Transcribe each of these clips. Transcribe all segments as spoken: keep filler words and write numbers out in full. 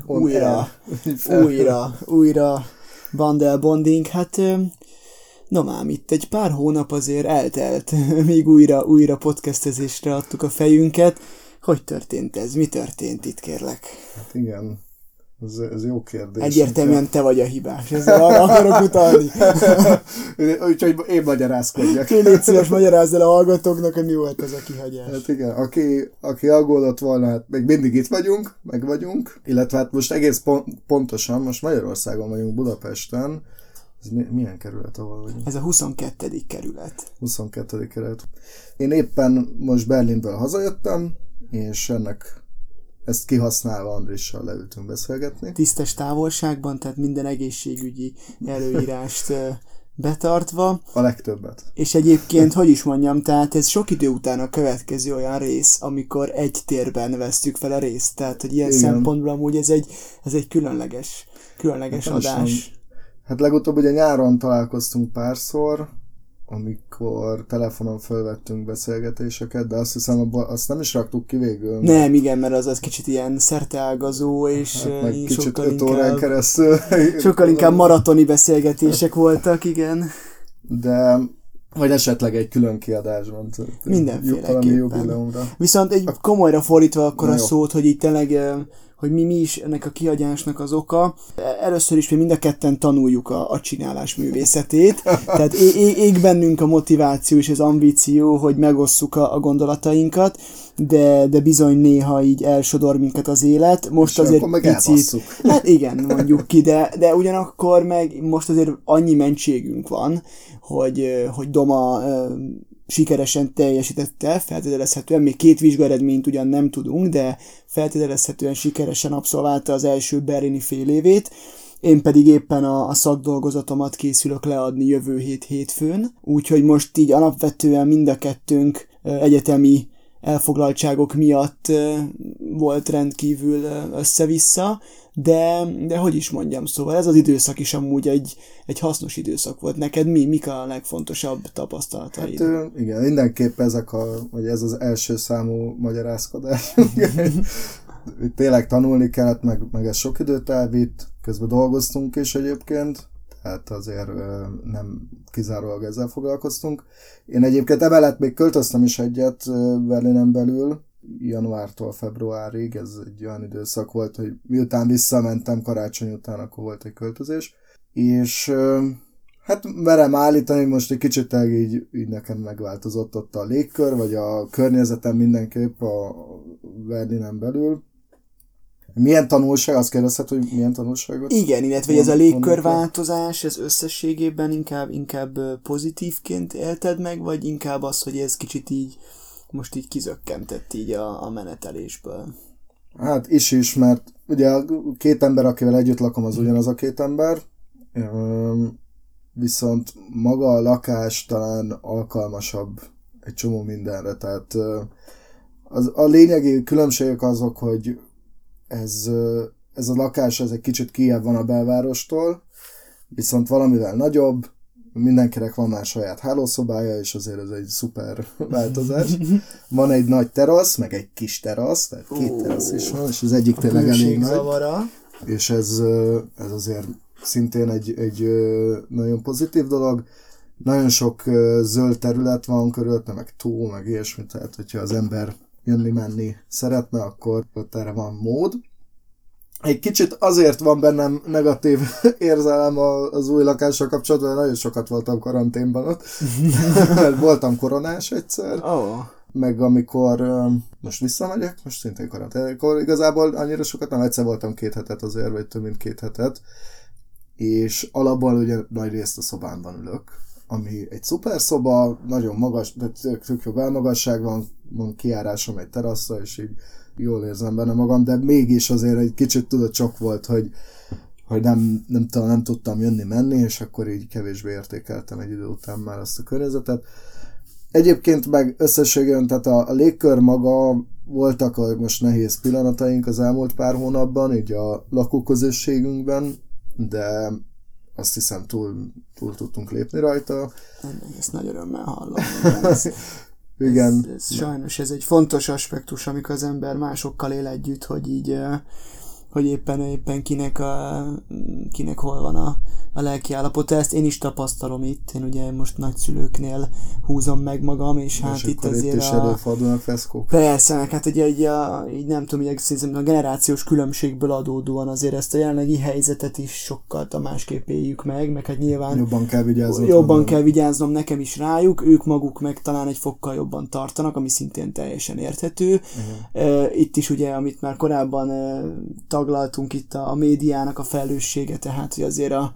újra, újra, újra Bandel Bonding. Hát, no mám, itt egy pár hónap azért eltelt, még újra, újra podcastezésre adtuk a fejünket. Hogy történt ez? Mi történt itt, kérlek? Hát igen, ez, ez jó kérdés. Egyértelműen te vagy a hibás, ezzel arra akarok utalni. Úgyhogy én magyarázkodjak. Légy szíves, magyarázz el a hallgatóknak, hogy mi volt ez a kihagyás. Hát igen, aki, aki aggódott volna, hát még mindig itt vagyunk, meg vagyunk, illetve hát most egész pont, pontosan, most Magyarországon vagyunk, Budapesten. Ez mi, milyen kerület, ahol vagyunk? Ez a huszonkettedik kerület. huszonkettedik kerület. Én éppen most Berlinből hazajöttem, és ennek ezt kihasználva Andrissal leültünk beszélgetni. Tisztes távolságban, tehát minden egészségügyi előírást betartva. A legtöbbet. És egyébként, hogy is mondjam, tehát ez sok idő után a következő olyan rész, amikor egy térben vesztük fel a részt. Tehát, hogy ilyen Igen. szempontból amúgy ez egy, ez egy különleges, különleges hát adás. Hát legutóbb ugye nyáron találkoztunk párszor, amikor telefonon felvettünk beszélgetéseket, de azt hiszem, abba, azt nem is raktuk ki végül. Nem, igen, mert az az kicsit ilyen szerteágazó, és hát meg kicsit sokkal öt inkább, órán keresztül. Sokkal inkább maratoni beszélgetések voltak, igen. De, vagy esetleg egy külön kiadásban. Mindenféleképpen. Viszont egy komolyra fordítva akkor a szót, hogy itt tényleg, hogy mi, mi is ennek a kihagyásnak az oka. Először is mi mind a ketten tanuljuk a, a csinálás művészetét. Tehát ég, ég, ég bennünk a motiváció és az ambíció, hogy megosszuk a, a gondolatainkat, de, de bizony néha így elsodor minket az élet. Most és azért meg picit... Hát igen, mondjuk ki, de, de ugyanakkor meg most azért annyi mentségünk van, hogy, hogy Doma sikeresen teljesítette, feltételezhetően, még két vizsgaeredményt ugyan nem tudunk, de feltételezhetően sikeresen abszolválta az első berlini fél évét. Én pedig éppen a, a szakdolgozatomat készülök leadni jövő hét hétfőn, úgyhogy most így alapvetően mind a kettőnk egyetemi elfoglaltságok miatt volt rendkívül össze-vissza, de, de hogy is mondjam, szóval ez az időszak is amúgy egy, egy hasznos időszak volt. Neked mi? Mik a legfontosabb tapasztalataid? Hát igen, mindenképp ezek a, vagy ez az első számú magyarázkodás. Tényleg tanulni kellett, meg, meg ez sok időt elvitt, közben dolgoztunk is egyébként, tehát azért nem kizárólag ezzel foglalkoztunk. Én egyébként emellett még költöztem is egyet Berlinen belül, januártól februárig, ez egy olyan időszak volt, hogy miután visszamentem karácsony után, akkor volt egy költözés, és hát merem állítani, most egy kicsit így, így nekem megváltozott ott a légkör, vagy a környezetem mindenképp a Berlinen belül. Milyen tanulság? Azt kérdezhet, hogy milyen tanulságot? Igen, illetve ez a légkörváltozás, ez összességében inkább, inkább pozitívként élted meg, vagy inkább az, hogy ez kicsit így most így kizökkentett így a, a menetelésből? Hát is is, mert ugye a két ember, akivel együtt lakom, az ugyanaz a két ember, viszont maga a lakás talán alkalmasabb egy csomó mindenre, tehát az, a lényegi különbségek azok, hogy ez, ez a lakás ez egy kicsit kijebb van a belvárostól, viszont valamivel nagyobb, mindenkinek van már saját hálószobája, és azért ez egy szuper változás. Van egy nagy terasz, meg egy kis terasz, tehát két oh, terasz is van, és az egyik tényleg elég nagy. És ez, ez azért szintén egy, egy nagyon pozitív dolog. Nagyon sok zöld terület van körülötte, meg tó, meg ilyesmi, tehát hogyha az ember jönni-menni szeretne, akkor ott erre van mód. Egy kicsit azért van bennem negatív érzelem az új lakással kapcsolatban, nagyon sokat voltam karanténban ott. Voltam koronás egyszer, oh. meg amikor most visszamegyek, most szintén karantén, akkor igazából annyira sokat nem, egyszer voltam két hetet azért, vagy több mint két hetet, és alapból ugye nagy részt a szobámban ülök, ami egy szuper szoba, nagyon magas, de tök jó belmagasság van, van kijárásom egy teraszra, és így jól érzem benne magam, de mégis azért egy kicsit tudod csak volt, hogy, hogy nem, nem, nem, nem tudtam jönni-menni, és akkor így kevésbé értékeltem egy idő után már azt a környezetet. Egyébként meg összességében, tehát a, a légkör maga, voltak a most nehéz pillanataink az elmúlt pár hónapban, így a lakóközösségünkben, de azt hiszem túl, túl tudtunk lépni rajta. Ezt nagy örömmel hallom. Ez, igen. Ez, ez sajnos ez egy fontos aspektus, amikor az ember másokkal él együtt, hogy így hogy éppen, éppen kinek, a, kinek hol van a, a lelki állapota. Ezt én is tapasztalom itt, én ugye most nagyszülőknél húzom meg magam, és, és hát itt azért itt is a... előfordulnak feszkók. Persze, meg hát ugye így, a, így nem tudom, így a generációs különbségből adódóan azért ezt a jelenlegi helyzetet is sokkal másképp éljük meg, meg hát nyilván jobban kell vigyáznom. Jobban kell vigyáznom nekem is rájuk, ők maguk meg talán egy fokkal jobban tartanak, ami szintén teljesen érthető. Uh-huh. Itt is ugye, amit már korábban taglaltunk itt a, a médiának a felelőssége, tehát hogy azért a,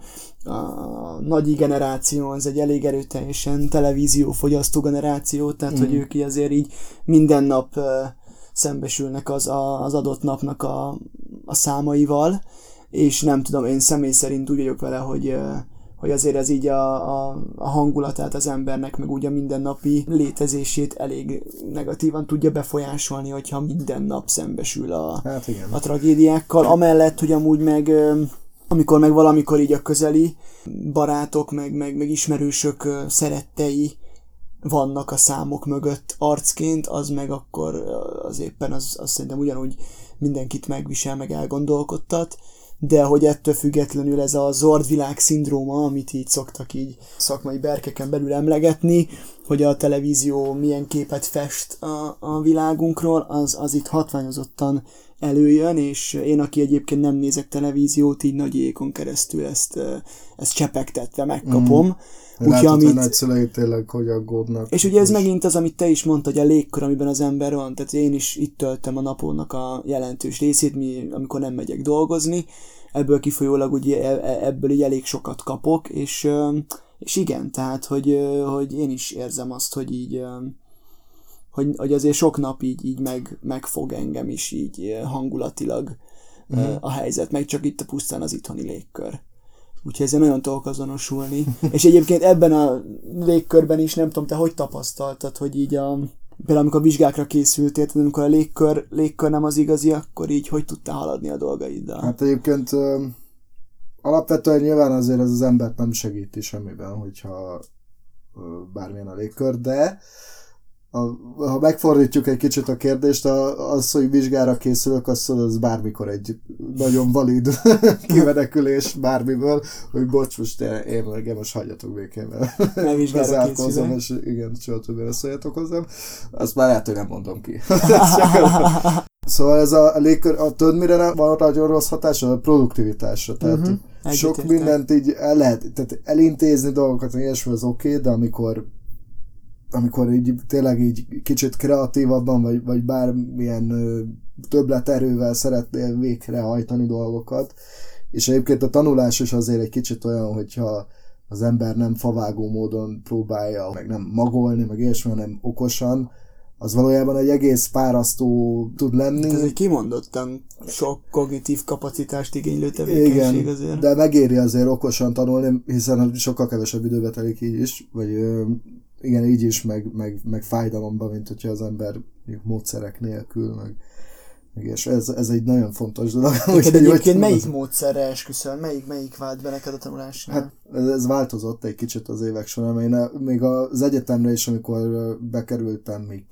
a nagy generáció az egy elég erőteljesen televíziófogyasztó generáció, tehát uh-huh. hogy ők azért így minden nap szembesülnek az, a, az adott napnak a, a számaival, és nem tudom, én személy szerint úgy vagyok vele, hogy hogy azért ez így a, a, a hangulatát az embernek, meg úgy a mindennapi létezését elég negatívan tudja befolyásolni, hogyha minden nap szembesül a, hát a tragédiákkal. Amellett, hogy amúgy meg, amikor meg valamikor így a közeli barátok, meg, meg, meg ismerősök szerettei vannak a számok mögött arcként, az meg akkor az éppen, az, az szerintem ugyanúgy mindenkit megvisel, meg elgondolkodtat, de hogy ettől függetlenül ez a zordvilág szindróma, amit így szoktak így szakmai berkeken belül emlegetni, hogy a televízió milyen képet fest a, a világunkról, az, az itt hatványozottan előjön, és én, aki egyébként nem nézek televíziót, így nagy éjkon keresztül ezt, ezt csepegtetve megkapom. Mm. Látod, amit... hogy nagyszüleid tényleg hogy aggódnak. És ugye ez és... megint az, amit te is mondtad, hogy a légkör, amiben az ember van. Tehát én is itt töltöm a napomnak a jelentős részét, mi, amikor nem megyek dolgozni. Ebből kifolyólag ugye ebből így elég sokat kapok, és, és igen, tehát, hogy, hogy én is érzem azt, hogy így, hogy, hogy azért sok nap így, így meg, megfog engem is így hangulatilag uh-huh. a helyzet, meg csak itt a pusztán az itthoni légkör. Úgyhogy ezzel nagyon tudok azonosulni. És egyébként ebben a légkörben is, nem tudom, te hogy tapasztaltad, hogy így a, például amikor a vizsgákra készültél, tehát amikor a légkör, légkör nem az igazi, akkor így hogy tudtál haladni a dolgaiddal? Hát egyébként ö, alapvetően nyilván azért ez az embert nem segíti semmiben, hogyha ö, bármilyen a légkör, de a, ha megfordítjuk egy kicsit a kérdést, az, hogy vizsgára készülök, az, az bármikor egy nagyon valid kimenekülés bármiből, hogy bocs, most én meg most hagyjatok békében. Ne vizsgára készülök. És igen, soha többé szóljatok hozzám. Azt már lehet, hogy nem mondom ki. Szóval ez a légkör, a tudod, mire van nagyon rossz hatása? A produktivitásra. Tehát uh-huh. sok Egyetértek. Mindent így el lehet, tehát elintézni dolgokat, ilyesmi az oké, okay, de amikor amikor így tényleg így kicsit kreatívabban, vagy, vagy bármilyen ö, többleterővel szeretnél végrehajtani dolgokat, és egyébként a tanulás is azért egy kicsit olyan, hogyha az ember nem favágó módon próbálja, meg nem magolni, meg ilyesmi, hanem okosan, az valójában egy egész fárasztó tud lenni. Ez egy kimondottan sok kognitív kapacitást igénylő tevékenység. Igen, azért. De megéri azért okosan tanulni, hiszen sokkal kevesebb időbe telik így is, vagy ö, igen, így is, meg, meg, meg fájdalomban, mint hogyha az ember módszerek nélkül, meg, meg és ez, ez egy nagyon fontos dolog. Neked egyébként melyik módszerre esküszöl? Melyik, melyik vált be neked a tanulásnál? Hát ez, ez változott egy kicsit az évek során, én a, még az egyetemre is, amikor bekerültem még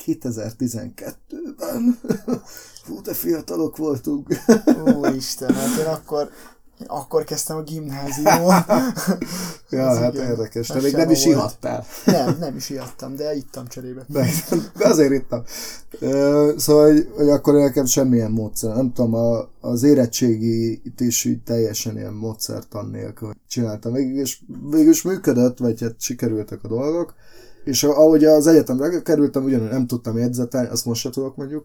kétezer-tizenkettőben, hú, de fiatalok voltunk. Úristen, hát én akkor... Akkor kezdtem a gimnáziumot. Ja, hát igen, érdekes. Te még nem is volt. Ihattál. Nem, nem is ihattam, de ittam cserébe. De, de azért ittam. Uh, szóval, hogy, hogy akkor nekem semmilyen módszer. Nem tudom, a, az érettségit is így teljesen ilyen módszertan nélkül csináltam. Végülis, végülis működött, vagy hát sikerültek a dolgok. És ahogy az egyetemre kerültem, ugyanúgy nem tudtam jegyzetelni, azt most se tudok mondjuk,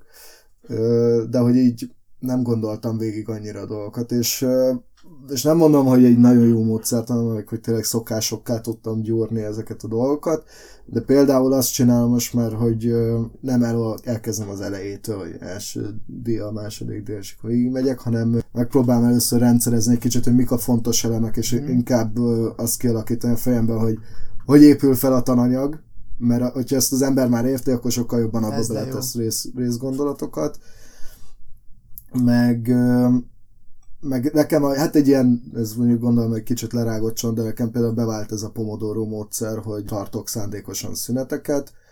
uh, de hogy így nem gondoltam végig annyira a dolgokat, és uh, és nem mondom, hogy egy nagyon jó módszert, hanem hogy tényleg szokásokká tudtam gyúrni ezeket a dolgokat, de például azt csinálom most már, hogy nem el, elkezdem az elejétől, hogy első dia, második dia, és akkor így megyek, hanem megpróbálom először rendszerezni egy kicsit, hogy mik a fontos elemek, és mm. inkább azt kialakítani a fejemben, hogy hogy épül fel a tananyag, mert hogyha ezt az ember már érti, akkor sokkal jobban abba beletesz rész, részgondolatokat. Meg... meg nekem, hát egy ilyen, ez mondjuk gondolom egy kicsit lerágott csont, de nekem például bevált ez a Pomodoro módszer, hogy tartok szándékosan szüneteket,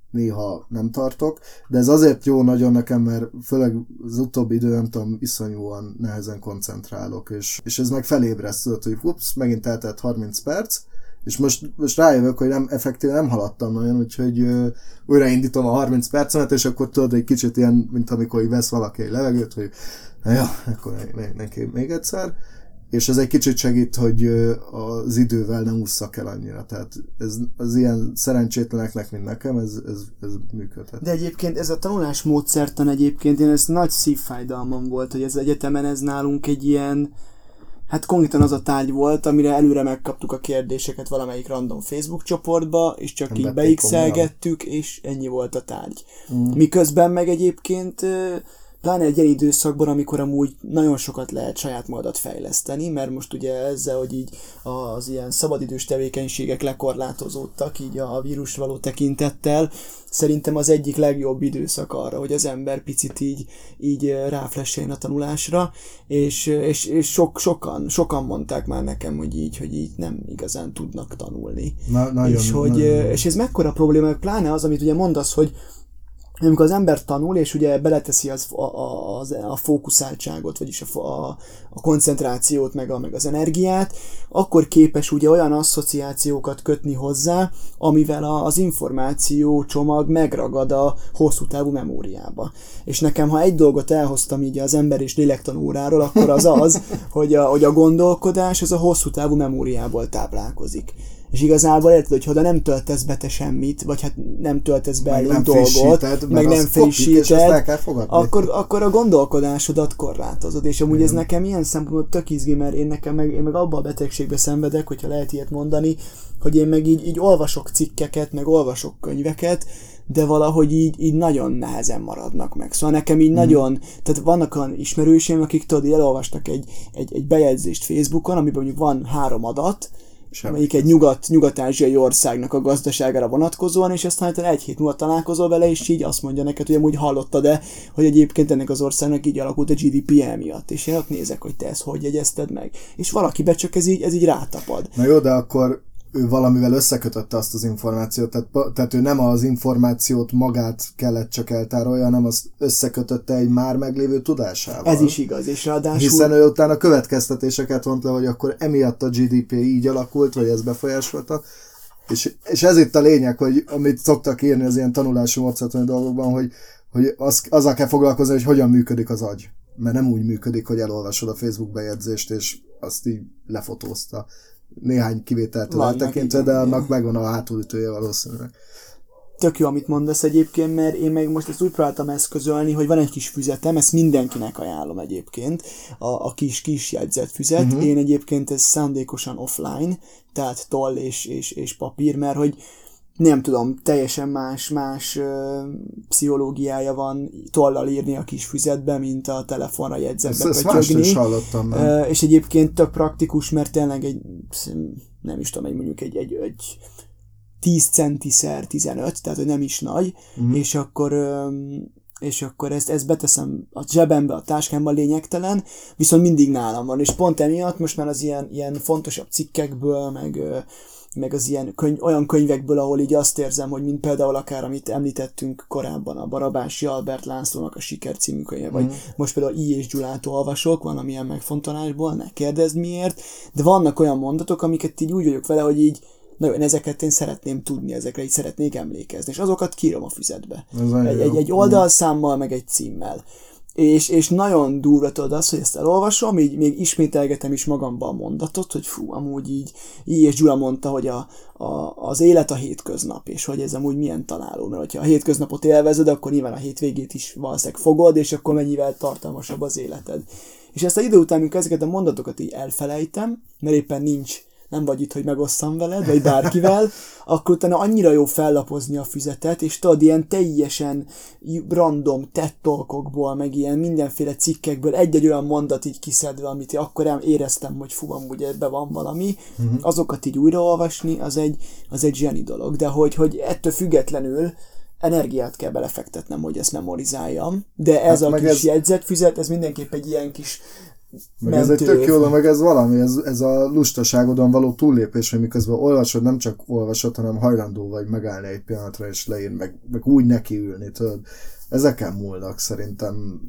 néha nem tartok, de ez azért jó nagyon nekem, mert főleg az utóbbi idő, nem tudom, iszonyúan nehezen koncentrálok, és, és ez meg felébresztődött, hogy ups, megint eltelt harminc perc, és most, most rájövök, hogy nem, effektíven nem haladtam nagyon, úgyhogy uh, újraindítom a harminc percemet, és akkor tudod, egy kicsit ilyen, mint amikor vesz valaki egy levegőt, hogy na jó, akkor neki még egyszer, és ez egy kicsit segít, hogy az idővel nem ússzak el annyira. Tehát ez, az ilyen szerencsétleneknek, mint nekem, ez, ez, ez működhet. De egyébként ez a tanulás módszertan egyébként, én ez nagy szívfájdalmam volt, hogy ez egyetemen ez nálunk egy ilyen, hát konkrétan az a tárgy volt, amire előre megkaptuk a kérdéseket valamelyik random Facebook csoportba, és csak nem így beixelgettük, és ennyi volt a tárgy. Mm. Miközben meg egyébként pláne egy ilyen időszakban, amikor amúgy nagyon sokat lehet saját magadat fejleszteni, mert most ugye ezzel, hogy így az ilyen szabadidős tevékenységek lekorlátozódtak így a vírusra való tekintettel, szerintem az egyik legjobb időszak arra, hogy az ember picit így, így ráflesseljen a tanulásra, és, és, és sok, sokan, sokan mondták már nekem, hogy így, hogy így nem igazán tudnak tanulni. Na, nagyon, és, hogy, nagyon. és ez mekkora probléma, pláne az, amit ugye mondasz, hogy amikor az ember tanul, és ugye beleteszi az, a, a, a fókuszáltságot, vagyis a, a, a koncentrációt, meg, a, meg az energiát, akkor képes ugye olyan asszociációkat kötni hozzá, amivel a, az információ csomag megragad a hosszú távú memóriába. És nekem, ha egy dolgot elhoztam így az ember és lélektan óráról, akkor az az, hogy a, hogy a gondolkodás az a hosszú távú memóriából táplálkozik. És igazából érted, hogy ha oda nem töltesz be te semmit, vagy hát nem töltesz be egy dolgot, meg, meg nem frissíted, akkor, akkor a gondolkodásodat korlátozod. És amúgy igen. Ez nekem ilyen szempontból tök izgi, mert én nekem meg, én meg abban a betegségbe szenvedek, hogyha lehet ilyet mondani, hogy én meg így, így olvasok cikkeket, meg olvasok könyveket, de valahogy így, így nagyon nehezen maradnak meg. Szóval nekem így mm. nagyon, tehát vannak olyan ismerőseim, akik tudod, elolvastak egy, egy, egy bejegyzést Facebookon, amiben mondjuk van három adat, amelyik egy nyugat, nyugat-ázsiai országnak a gazdaságára vonatkozóan, és aztán egy hét múlva találkozol vele, és így azt mondja neked, hogy amúgy hallottad-e, hogy egyébként ennek az országnak így alakult a gé dé pé miatt. És én ott nézek, hogy te ezt hogy jegyezted meg. És valakibe csak ez így, ez így rátapad. Na jó, de akkor ő valamivel összekötötte azt az információt, tehát, tehát ő nem az információt magát kellett csak eltárolja, hanem azt összekötötte egy már meglévő tudásával. Ez is igaz, és ráadásul... Hiszen ő utána következtetéseket vont le, hogy akkor emiatt a gé dé pé így alakult, vagy ez befolyásolta, és, és ez itt a lényeg, hogy amit szoktak írni az ilyen tanulási módszertani dolgokban, hogy, hogy az, azzal kell foglalkozni, hogy hogyan működik az agy. Mert nem úgy működik, hogy elolvasod a Facebook bejegyzést, és azt így lefotózta. Néhány kivételtől eltekintve, de annak megvan a hátulütője valószínűleg. Tök jó, amit mondasz egyébként, mert én meg most ezt úgy próbáltam eszközölni, hogy van egy kis füzetem, ezt mindenkinek ajánlom egyébként, a, a kis, kis jegyzett füzet. Uh-huh. Én egyébként ez szándékosan offline, tehát toll és, és, és papír, mert hogy nem tudom, teljesen más, más uh, pszichológiája van tollal írni a kis füzetbe, mint a telefonra jegyzetbe kötyögni. Ezt is hallottam. Uh, és egyébként tök praktikus, mert tényleg egy, nem is tudom, egy mondjuk egy, egy, egy tíz centiszer tizenöt, tehát hogy nem is nagy, uh-huh. és akkor... Um, és akkor ezt, ezt beteszem a zsebembe, a táskámba, lényegtelen, viszont mindig nálam van, és pont emiatt most már az ilyen, ilyen fontosabb cikkekből, meg, meg az ilyen könyv, olyan könyvekből, ahol így azt érzem, hogy mint például akár, amit említettünk korábban, a Barabási Albert Lászlónak a Siker című könyve, vagy mm. most például I. és Gyulától olvasok, valamilyen megfontolásból, ne kérdezd miért, de vannak olyan mondatok, amiket így úgy vagyok vele, hogy így na, én ezeket én szeretném tudni, ezekre így szeretnék emlékezni, és azokat kírom a füzetbe. Egy, egy, egy oldalszámmal, meg egy címmel. És, és nagyon durva tudod az, hogy ezt elolvasom, így még ismételgetem is magamba a mondatot, hogy fú, amúgy így, így és Gyula mondta, hogy a, a, az élet a hétköznap, és hogy ez amúgy milyen találó, mert hogyha a hétköznapot élvezed, akkor nyilván a hétvégét is valószínűleg fogod, és akkor mennyivel tartalmasabb az életed. És ezt a idő után, amikor ezeket a mondatokat így elfelejtem, mert éppen nincs nem vagy itt, hogy megosszam veled, vagy bárkivel, akkor utána annyira jó fellapozni a füzetet, és tudod, ilyen teljesen random tettolkokból, meg ilyen mindenféle cikkekből egy-egy olyan mondat így kiszedve, amit akkor éreztem, hogy fú, amúgy ebben van valami, uh-huh. azokat így újraolvasni, az egy, az egy zseni dolog, de hogy, hogy ettől függetlenül energiát kell belefektetnem, hogy ezt memorizáljam, de ez hát a kis ez... jegyzetfüzet, ez mindenképp egy ilyen kis Meg ez egy tök jó, meg ez valami, ez, ez a lustaságodon való túllépés, hogy miközben olvasod, nem csak olvasod, hanem hajlandó vagy megállni egy pillanatra és leírni, meg, meg úgy nekiülni, tudod. Ezeken múlnak szerintem.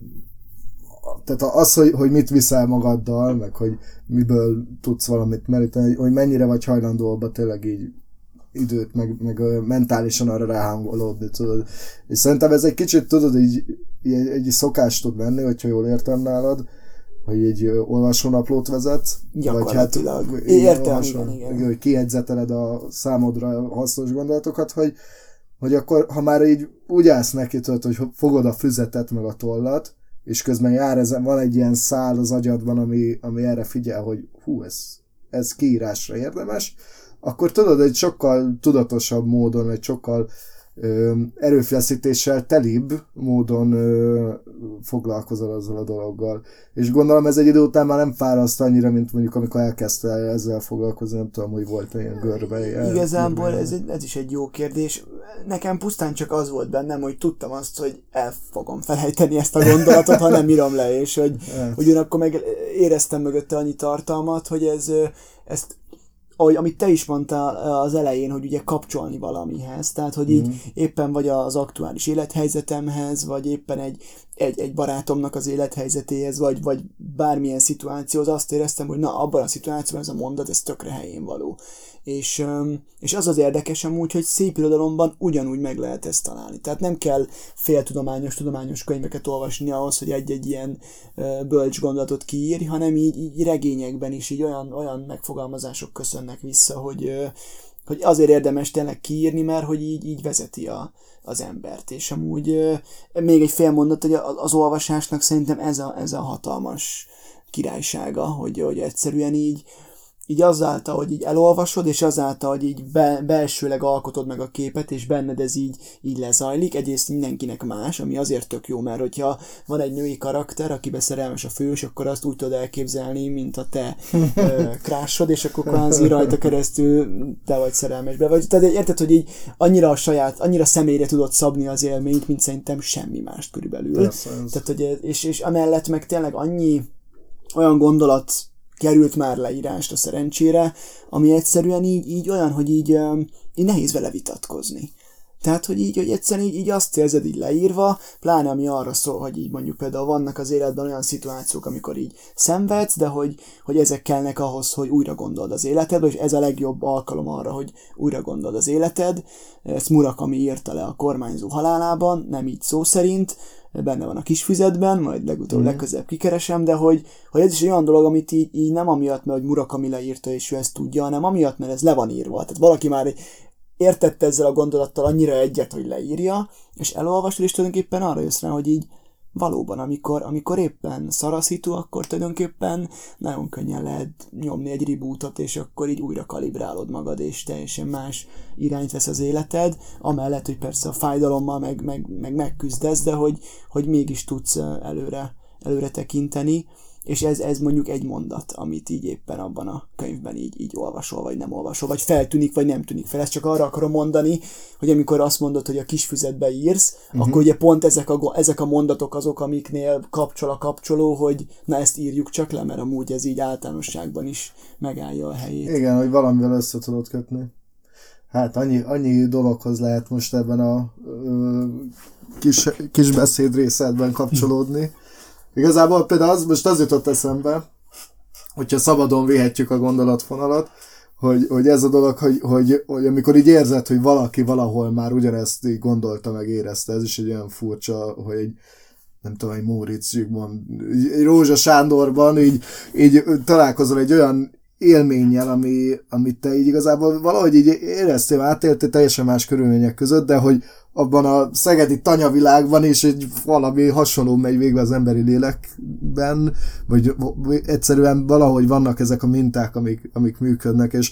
Tehát az, hogy, hogy mit viszel magaddal, meg hogy miből tudsz valamit meríteni, hogy mennyire vagy hajlandó abba tényleg így időt, meg, meg mentálisan arra ráhangolódni, tudod. És szerintem ez egy kicsit, tudod, így, így egy szokás tud menni, hogyha jól értem nálad, hogy egy olvasónaplót vezetsz, vagy hát értem, igen, igen. hogy kijegyzeteled a számodra hasznos gondolatokat, hogy, hogy akkor, ha már így úgy állsz neki, tudod, hogy fogod a füzetet, meg a tollat, és közben jár ezen, van egy ilyen szál az agyadban, ami, ami erre figyel, hogy hú, ez, ez kiírásra érdemes, akkor tudod, egy sokkal tudatosabb módon, egy sokkal ö, erőfeszítéssel telibb módon ö, foglalkozol azzal a dologgal. És gondolom ez egy idő után már nem fáraszt annyira, mint mondjuk amikor elkezdte ezzel foglalkozni, nem tudom, hogy volt ilyen görbe. Igazából ez, egy, ez is egy jó kérdés. Nekem pusztán csak az volt bennem, hogy tudtam azt, hogy el fogom felejteni ezt a gondolatot, ha nem írom le, és hogy ugyanakkor meg éreztem mögötte annyi tartalmat, hogy ez, ezt ahogy, amit te is mondtál az elején, hogy ugye kapcsolni valamihez, tehát hogy így mm. éppen vagy az aktuális élethelyzetemhez, vagy éppen egy, egy, egy barátomnak az élethelyzetéhez, vagy, vagy bármilyen szituációhoz, azt éreztem, hogy na, abban a szituációban ez a mondat, ez tökre helyén való. És, és az az érdekes amúgy, hogy szép irodalomban ugyanúgy meg lehet ezt találni. Tehát nem kell féltudományos, tudományos könyveket olvasni ahhoz, hogy egy-egy ilyen bölcs gondolatot kiírj, hanem így, így regényekben is így olyan, olyan megfogalmazások köszönnek vissza, hogy, hogy azért érdemes tényleg kiírni, mert hogy így, így vezeti a, az embert. És amúgy még egy fél mondat, hogy az olvasásnak szerintem ez a, ez a hatalmas királysága, hogy, hogy egyszerűen így így azáltal, hogy így elolvasod, és azáltal, hogy így be, belsőleg alkotod meg a képet, és benned ez így, így lezajlik, egyrészt mindenkinek más, ami azért tök jó, mert hogyha van egy női karakter, akibe szerelmes a fős, akkor azt úgy tudod elképzelni, mint a te krásod, és akkor kvázi rajta keresztül te vagy szerelmesbe. Vagy, tehát érted, hogy így annyira a saját, annyira személyre tudod szabni az élményt, mint szerintem semmi mást körülbelül. Tehát, hogy, és, és amellett meg tényleg annyi olyan gondolat került már leírásra szerencsére, ami egyszerűen így, így olyan, hogy így, így nehéz vele vitatkozni. Tehát, hogy így, hogy egyszerűen így, így azt érzed így leírva, pláne ami arra szól, hogy így mondjuk például vannak az életben olyan szituációk, amikor így szenvedsz, de hogy, hogy ezek kellnek ahhoz, hogy újra gondold az életed, és ez a legjobb alkalom arra, hogy újra gondold az életed. Ezt Murakami írta le a Kormányzó halálában, nem így szó szerint, benne van a Kisfüzetben, majd legutóbb mm. legközelebb kikeresem, de hogy, hogy ez is olyan dolog, amit így, így nem amiatt, mert hogy Murakami leírta, és ő ezt tudja, hanem amiatt, mert ez le van írva. Tehát valaki már értette ezzel a gondolattal annyira egyet, hogy leírja, és elolvasod, és tulajdonképpen arra jössz rá, hogy így valóban, amikor, amikor éppen szaraszító, akkor tulajdonképpen nagyon könnyen lehet nyomni egy rebootot, és akkor így újra kalibrálod magad, és teljesen más irányt vesz az életed, amellett, hogy persze a fájdalommal meg, meg, meg megküzdesz, de hogy, hogy mégis tudsz előre, előre tekinteni, és ez, ez mondjuk egy mondat, amit így éppen abban a könyvben így, így olvasol, vagy nem olvasol, vagy feltűnik, vagy nem tűnik fel. Ezt csak arra akarom mondani, hogy amikor azt mondod, hogy a Kisfüzetbe írsz, uh-huh. akkor ugye pont ezek a, ezek a mondatok azok, amiknél kapcsol a kapcsoló, hogy na ezt írjuk csak le, mert amúgy ez így általánosságban is megállja a helyét. Igen, hogy valamivel össze tudod kötni. Hát annyi, annyi dologhoz lehet most ebben a ö, kis, kis beszéd részedben kapcsolódni. Igazából például az, most az jutott eszembe, hogyha szabadon vihetjük a gondolatfonalat, hogy, hogy ez a dolog, hogy, hogy, hogy amikor így érzed, hogy valaki valahol már ugyanezt így gondolta, meg érezte, ez is egy olyan furcsa, hogy egy, nem tudom, egy Móricz Zsigmond, egy Rózsa Sándorban így, így találkozol egy olyan élménnyel, ami, amit te így igazából valahogy így éreztél, átéltél teljesen más körülmények között, de hogy abban a szegedi tanyavilágban is egy valami hasonló megy végbe az emberi lélekben, vagy egyszerűen valahogy vannak ezek a minták, amik, amik működnek, és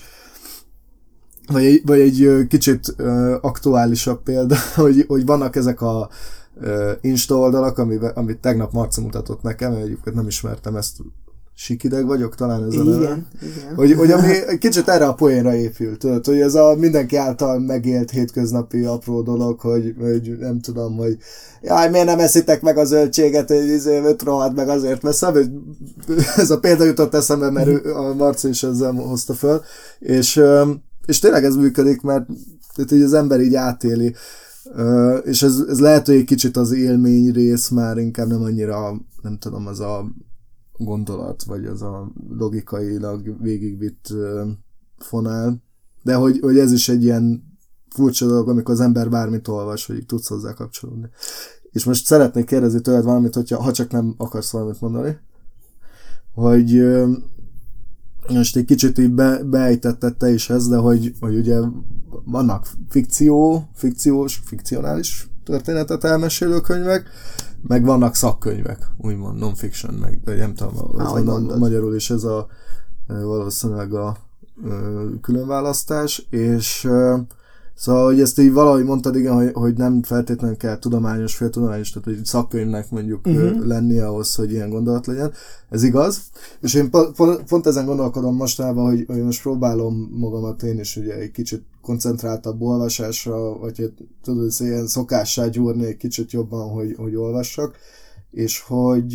vagy egy, vagy egy kicsit uh, aktuálisabb példa, hogy, hogy vannak ezek a uh, Insta oldalak, amit, amit tegnap Marci mutatott nekem, egyébként nem ismertem ezt Sikideg vagyok, talán ez a igen, neve. igen. Hogy, hogy ami kicsit erre a poénra épült, tudod, hogy ez a mindenki által megélt hétköznapi apró dolog, hogy, hogy nem tudom, hogy jaj, miért nem eszitek meg a zöldséget, hogy öt rohadt meg azért veszem, ez a példa jutott eszembe, mert ő, a Marci is ezzel hozta föl, és, és tényleg ez működik, mert tehát így az ember így átéli, és ez, ez lehet, hogy egy kicsit az élmény rész már inkább nem annyira, nem tudom, az a gondolat, vagy az a logikailag végigvitt fonál, de hogy, hogy ez is egy ilyen furcsa dolog, amikor az ember bármit olvas, hogy tudsz hozzá kapcsolódni. És most szeretnék kérdezni tőled valamit, hogyha, ha csak nem akarsz valamit mondani, hogy most egy kicsit így be, beejtetted te is ez, de hogy, hogy ugye vannak fikció, fikciós, fikcionális történetet elmesélő könyvek, meg vannak szakkönyvek, úgymond non-fiction, meg nem tudom, az van a, magyarul is ez a valószínűleg a, a különválasztás, és szóval, hogy ezt így valahogy mondtad, igen, hogy, hogy nem feltétlenül kell tudományos, féltudományos, tehát hogy szakkönyvnek mondjuk uh-huh. lennie ahhoz, hogy ilyen gondolat legyen. Ez igaz. És én pont, pont ezen gondolkodom mostanában, hogy, hogy most próbálom magamat én is ugye egy kicsit koncentráltabb olvasásra, vagy tudod, ez ilyen szokássá gyúrni egy kicsit jobban, hogy, hogy olvassak, és hogy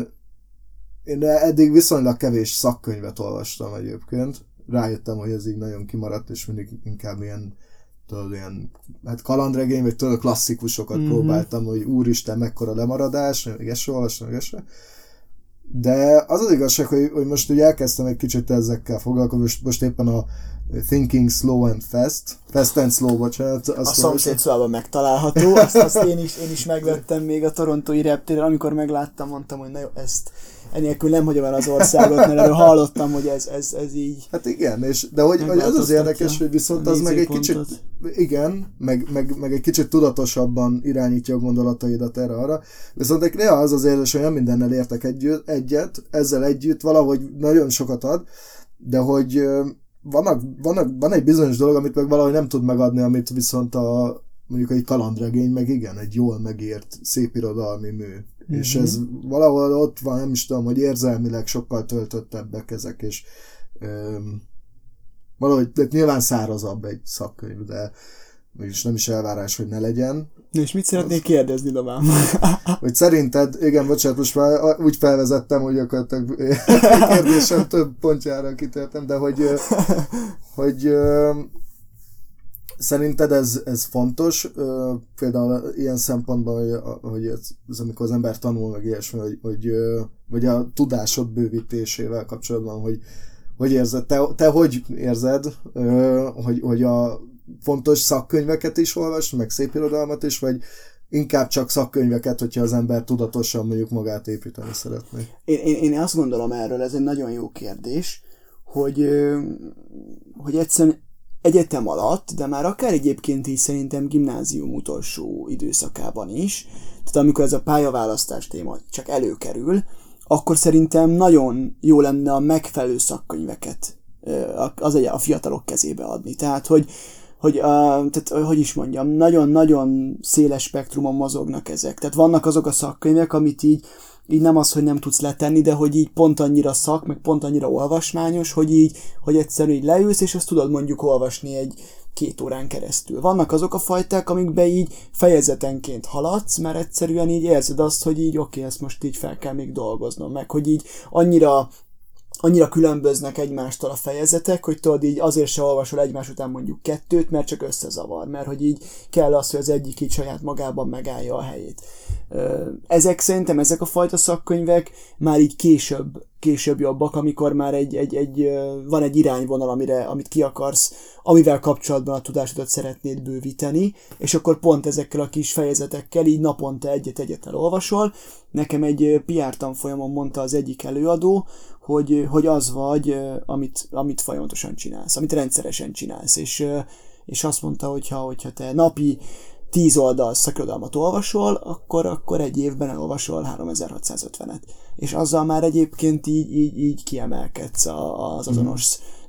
én eddig viszonylag kevés szakkönyvet olvastam egyébként. Rájöttem, hogy ez így nagyon kimaradt, és mindig inkább ilyen tudod, ilyen, hát kalandregény, vagy tudod, klasszikusokat mm-hmm. próbáltam, hogy úristen, mekkora lemaradás, meg ezt se olvastam, meg ezt se. De az az igazság, hogy, hogy most ugye elkezdtem egy kicsit ezekkel foglalkozni, most, most éppen a Thinking Slow and Fast, Fast and Slow, bocsánat. A szomszéd szobában megtalálható, azt, azt én, is, én is megvettem még a torontói reptéren, amikor megláttam, mondtam, hogy na jó, ezt enélkül nem hagyom el az országot, mert erről hallottam, hogy ez, ez, ez így... Hát igen, és, de hogy, hogy az az érdekes, hogy viszont az meg egy kicsit, igen, meg, meg, meg egy kicsit tudatosabban irányítja a gondolataidat erre-arra, viszont néha az az érzés, hogy nem mindennel értek együtt, egyet, ezzel együtt valahogy nagyon sokat ad, de hogy vannak, vannak, van egy bizonyos dolog, amit meg valahogy nem tud megadni, amit viszont a mondjuk egy kalandregény, meg igen, egy jól megírt, szép irodalmi mű. Mm-hmm. És ez valahol ott van, nem is tudom, hogy érzelmileg sokkal töltöttebbek ezek, és öm, valahogy, de nyilván szárazabb egy szakkönyv, de mégis nem is elvárás, hogy ne legyen. Na és mit szeretnél az... kérdezni, Domám? Hogy szerinted, igen, bocsánat, most már úgy felvezettem, hogy akkor a kérdésem több pontjára kitértem, de hogy, hogy szerinted ez, ez fontos, például ilyen szempontban, hogy, hogy ez, ez amikor az ember tanul meg ilyesmi, hogy, hogy, vagy a tudásod bővítésével kapcsolatban, hogy hogy érzed, te, te hogy érzed, hogy, hogy a fontos szakkönyveket is olvasd, meg szép irodalmat is, vagy inkább csak szakkönyveket, hogyha az ember tudatosan mondjuk magát építeni szeretné? Én, én, én azt gondolom erről, ez egy nagyon jó kérdés, hogy, hogy egyszerűen egyetem alatt, de már akár egyébként is szerintem gimnázium utolsó időszakában is, tehát amikor ez a pályaválasztás téma csak előkerül, akkor szerintem nagyon jó lenne a megfelelő szakkönyveket az a fiatalok kezébe adni. Tehát, hogy, hogy, a, tehát, hogy is mondjam, nagyon-nagyon széles spektrumon mozognak ezek. Tehát vannak azok a szakkönyvek, amit így, így nem az, hogy nem tudsz letenni, de hogy így pont annyira szak, meg pont annyira olvasmányos, hogy így, hogy egyszerűen így leülsz, és azt tudod mondjuk olvasni egy két órán keresztül. Vannak azok a fajták, amikben így fejezetenként haladsz, mert egyszerűen így érzed azt, hogy így oké, okay, ezt most így fel kell még dolgoznom, meg hogy így annyira annyira különböznek egymástól a fejezetek, hogy tudod, így azért se olvasol egymás után mondjuk kettőt, mert csak összezavar, mert hogy így kell az, hogy az egyik így saját magában megállja a helyét. Ezek szerintem, ezek a fajta szakkönyvek már így később, később jobbak, amikor már egy, egy, egy, van egy irányvonal, amire, amit ki akarsz, amivel kapcsolatban a tudásodat szeretnéd bővíteni, és akkor pont ezekkel a kis fejezetekkel így naponta egyet-egyet elolvasol. Nekem egy pé er tanfolyamon mondta az egyik előadó, hogy, hogy az vagy, amit, amit folyamatosan csinálsz, amit rendszeresen csinálsz, és, és azt mondta, hogy ha, hogyha te napi tíz oldal szakirodalmat olvasol, akkor, akkor egy évben elolvasol háromezer-hatszázötvenet. És azzal már egyébként így, így, így kiemelkedsz az azonos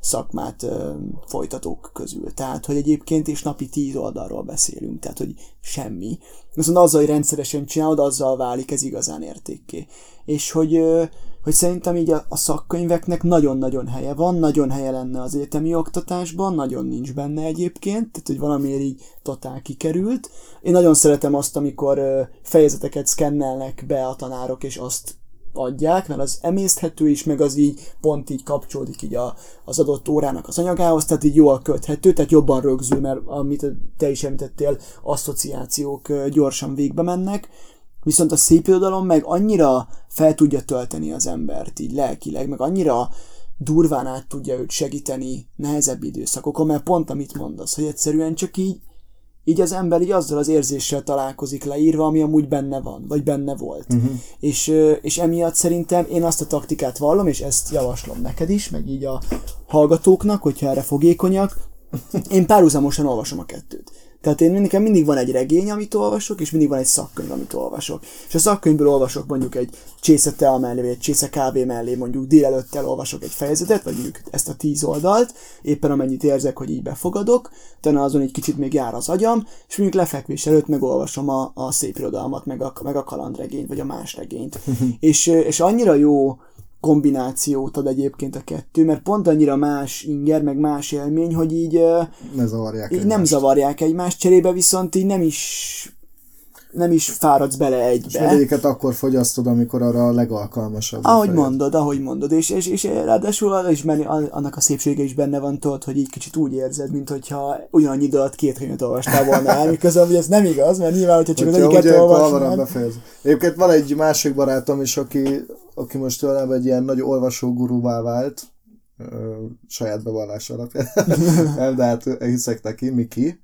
szakmát ö, folytatók közül. Tehát, hogy egyébként is napi tíz oldalról beszélünk, tehát, hogy semmi. Viszont azzal, hogy rendszeresen csinálod, azzal válik ez igazán értékké. És hogy, ö, hogy szerintem így a, a szakkönyveknek nagyon-nagyon helye van, nagyon helye lenne az egyetemi oktatásban, nagyon nincs benne egyébként, tehát, hogy valamiért így totál kikerült. Én nagyon szeretem azt, amikor ö, fejezeteket szkennelnek be a tanárok, és azt adják, mert az emészthető is, meg az így pont így kapcsolódik így a, az adott órának az anyagához, tehát így jól köthető, tehát jobban rögzül, mert amit te is említettél, asszociációk gyorsan végbe mennek, viszont a szépirodalom meg annyira fel tudja tölteni az embert így lelkileg, meg annyira durván át tudja őt segíteni nehezebb időszakokon, mert pont amit mondasz, hogy egyszerűen csak így így az ember így azzal az érzéssel találkozik leírva, ami amúgy benne van, vagy benne volt. Uh-huh. És, és emiatt szerintem én azt a taktikát vallom, és ezt javaslom neked is, meg így a hallgatóknak, hogyha erre fogékonyak, én párhuzamosan olvasom a kettőt. Tehát én nekem mindig van egy regény, amit olvasok, és mindig van egy szakkönyv, amit olvasok. És a szakkönyvből olvasok mondjuk egy csésze tea mellé, vagy egy csésze kávé mellé, mondjuk délelőttel olvasok egy fejezetet, vagy mondjuk ezt a tíz oldalt, éppen amennyit érzek, hogy így befogadok, utána azon egy kicsit még jár az agyam, és mondjuk lefekvés előtt megolvasom a, a szépirodalmat, meg a, meg a kalandregényt, vagy a más regényt. és, és annyira jó kombinációt ad egyébként a kettő, mert pont annyira más inger, meg más élmény, hogy így, ne zavarják így nem zavarják egymást, cserébe viszont így nem is nem is fáradsz bele egybe. És mindegyiket akkor fogyasztod, amikor arra a legalkalmasabb. Ahogy mondod, ahogy mondod, és, és, és ráadásul is benne, annak a szépsége is benne van, tudod, hogy így kicsit úgy érzed, mint hogyha ugyanannyi idő alatt két könyvet olvastál volna el, miközben hogy ez nem igaz, mert nyilván, hogyha csak hogyha az egyiket olvasnád. Egyébként van egy másik barátom is, aki, aki most tőlem egy ilyen nagy olvasógurúvá vált, ö, saját bevallás alapján, de hát hiszek neki, Miki,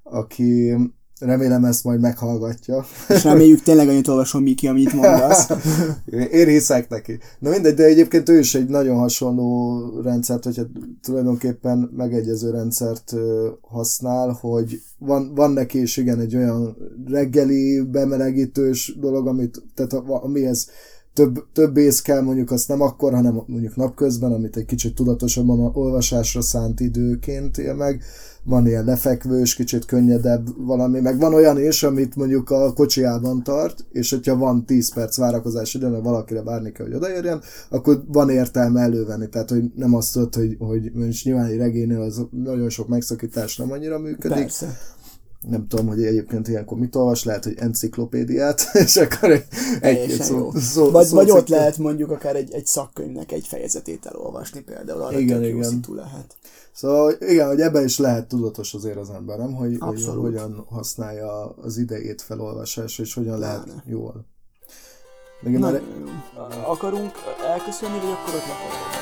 aki remélem ezt majd meghallgatja. És reméljük tényleg annyit olvasom, Miki, amit mondasz. Én hiszek neki. Na mindegy, de egyébként ő is egy nagyon hasonló rendszert, hogyha tulajdonképpen megegyező rendszert használ, hogy van, van neki is igen egy olyan reggeli bemelegítős dolog, amit, tehát amihez több, több ész kell, mondjuk azt nem akkor, hanem mondjuk napközben, amit egy kicsit tudatosabban olvasásra szánt időként él meg. Van ilyen lefekvős, kicsit könnyedebb valami, meg van olyan is, amit mondjuk a kocsijában tart, és hogyha van tíz perc várakozás idő, mert valakire várni kell, hogy odaérjen, akkor van értelme elővenni. Tehát, hogy nem azt tudod, hogy, hogy nyilván egy regénynél az nagyon sok megszakítás nem annyira működik. Persze. Nem tudom, hogy egyébként ilyenkor mit olvas, lehet, hogy enciklopédiát, és akkor egy, egy szó, szó, Vagy, szó, vagy szó, ott lehet mondjuk akár egy, egy szakkönyvnek egy fejezetét elolvasni például, arra igen, tök jó igen. szitu lehet. Szóval igen, hogy ebben is lehet tudatos azért az ember, nem? Hogy, hogy hogyan használja az idejét felolvasásra, és hogyan lehet jól. Na, már... Akarunk elköszönni, vagy akkor ott lehetünk?